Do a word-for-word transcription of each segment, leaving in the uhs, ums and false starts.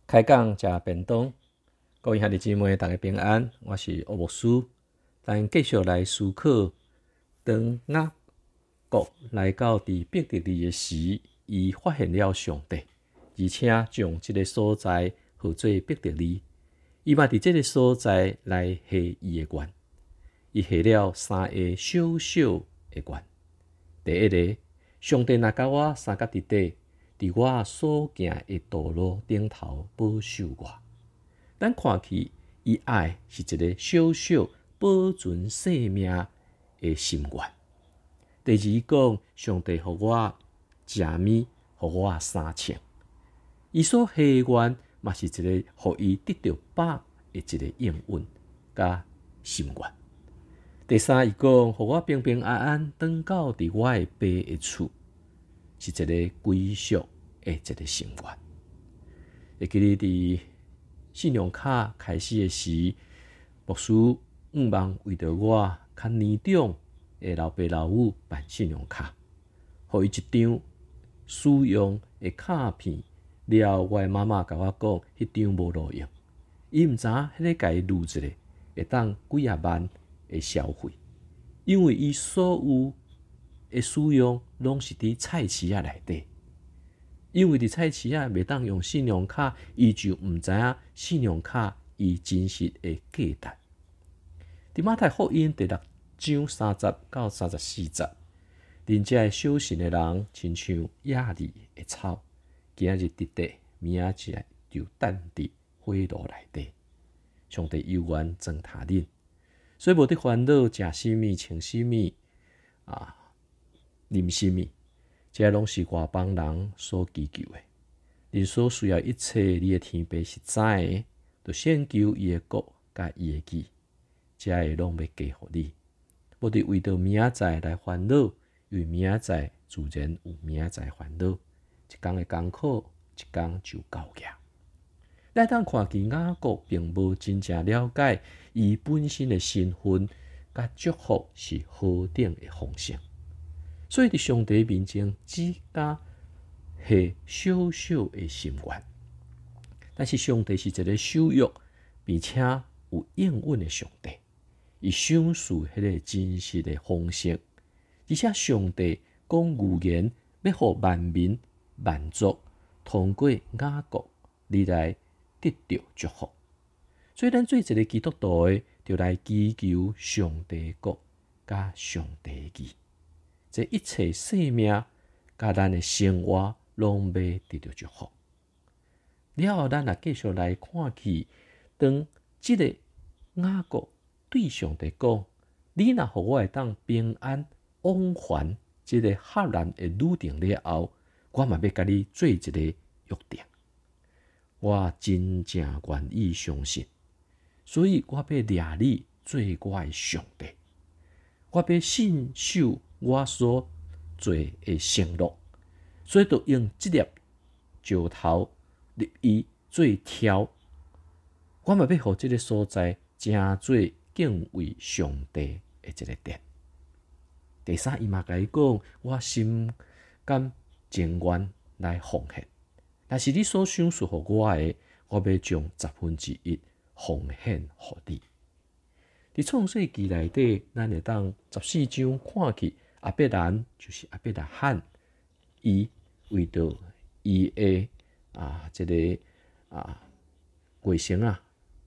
开讲食便当，各位兄弟姊妹，大家平安。我是欧牧师，咱继续来思考，当雅各来到伫伯特利的时，伊发现了上帝，而且将这个所在号做伯特利。伊嘛伫这个所在来下伊的愿，伊下了三个小小的愿。第一个，上帝若甲我三角伫底。伫我所行的道路顶头保守我，咱看起伊爱是一个小小保存性命的心愿。第二讲，上帝互我食物，互我衫穿，伊所下愿嘛是一个互伊得到饱的一个应允甲心愿。第三，伊讲互我平平安安返到伫我的爸的厝。是一个归属的一个心愿。会记得伫信用卡开始的时，牧师毋望为着我较年长的老爸老母办信用卡，互伊一张使用的卡片了，我的妈妈甲我讲，迄张无路用，伊毋知影迄个甲伊录一个会当几啊万的消费，因为伊所有的使用拢是伫菜市仔内底，因为伫菜市仔袂当用信用卡，伊就毋知影信用卡伊真实的价值。伫马太福音第六章三十到三十四节，恁遮的小信的人，亲像野里的草，今日伫地，明仔就等伫火炉内底。上帝有愿装塔恁，所以无得烦恼食什物、穿什物啊。啉什物，这拢是外邦人所祈求的。恁所需要一切，你的天父是知的，就先求伊的国甲伊的义，这会拢要加互你。无得为着明仔载来烦恼，因为明仔载自然有明仔载烦恼。一天的艰苦，一天就到业。咱当看见雅各并无真正了解伊本身的身份，甲祝福是何等的丰盛。所以伫上帝面前，只加下小小的心愿。但是上帝是一个守约并且有应允的上帝，伊赏赐迄个真实的丰盛，而且上帝讲预言要互万民万族通过雅各你来得到祝福。所以咱做一个基督徒的，就来祈求上帝的国甲上帝的义。这一切生命甲咱的生活，拢要得到祝福。了后，咱也继续来看去，当即个雅各对上帝讲：“你若互我会当平安往返即个赫然的旅程了后，我嘛要甲你做一个约定。我真正愿意相信，所以我要掠你做我的上帝。我要信守我所做的承诺，所以就用这粒石头立伊做条。我嘛要互这个所在成做敬畏上帝的一个殿。第三，伊嘛甲伊讲，我心甘情愿来奉献，但是你所赏赐互我的，我要将十分之一奉献互你。伫创世纪内底，咱会当十四章看去。阿伯兰就是阿伯拉罕，伊为着伊的啊，这个啊卫生啊，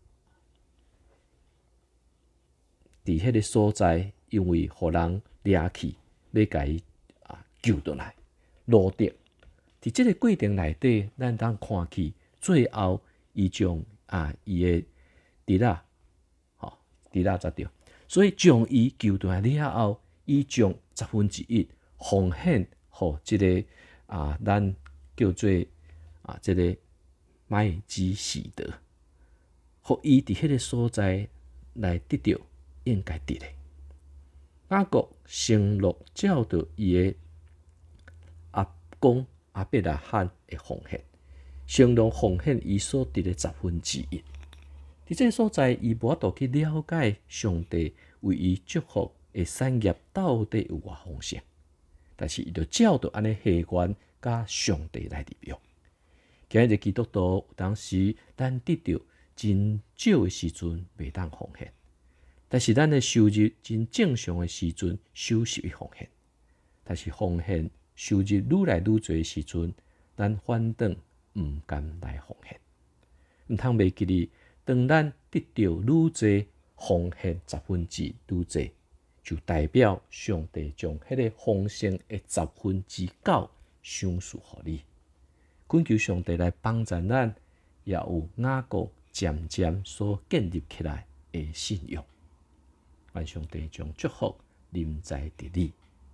伫迄个所在，因为互人掠去，要甲伊啊救倒来，落得伫即个过程内底，咱当看去，最后伊将啊伊的弟仔，吼弟仔才对，所以将伊救倒来了后。伊将十分之一奉献互即个啊，咱叫做啊，即个麦基洗德，互伊伫迄个所在来得到应该得的。雅各承诺照着伊的阿公阿伯拉罕的奉献，承诺奉献伊所得的十分之一。伫这个所在，伊无法度去了解上帝为伊祝福。的产业到底有偌丰盛，但是伊就照着安尼下愿甲上帝来立约。 今日基督徒有当时咱得到真少的时阵袂当奉献，但是咱的收入真正常的时阵收拾去奉献。但是奉献收入愈来愈多的时阵，咱反倒毋甘来奉献。毋通袂记哩，当咱得到愈多奉献十分之愈多，就代表上帝将迄个丰盛的十分之九赏赐互你。恳求上帝来帮助咱，也有雅各渐渐所建立起来的信用。愿上帝将祝福临在伫你。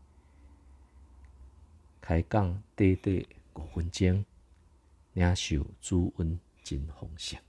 开讲短短五分钟，领受主恩真丰盛。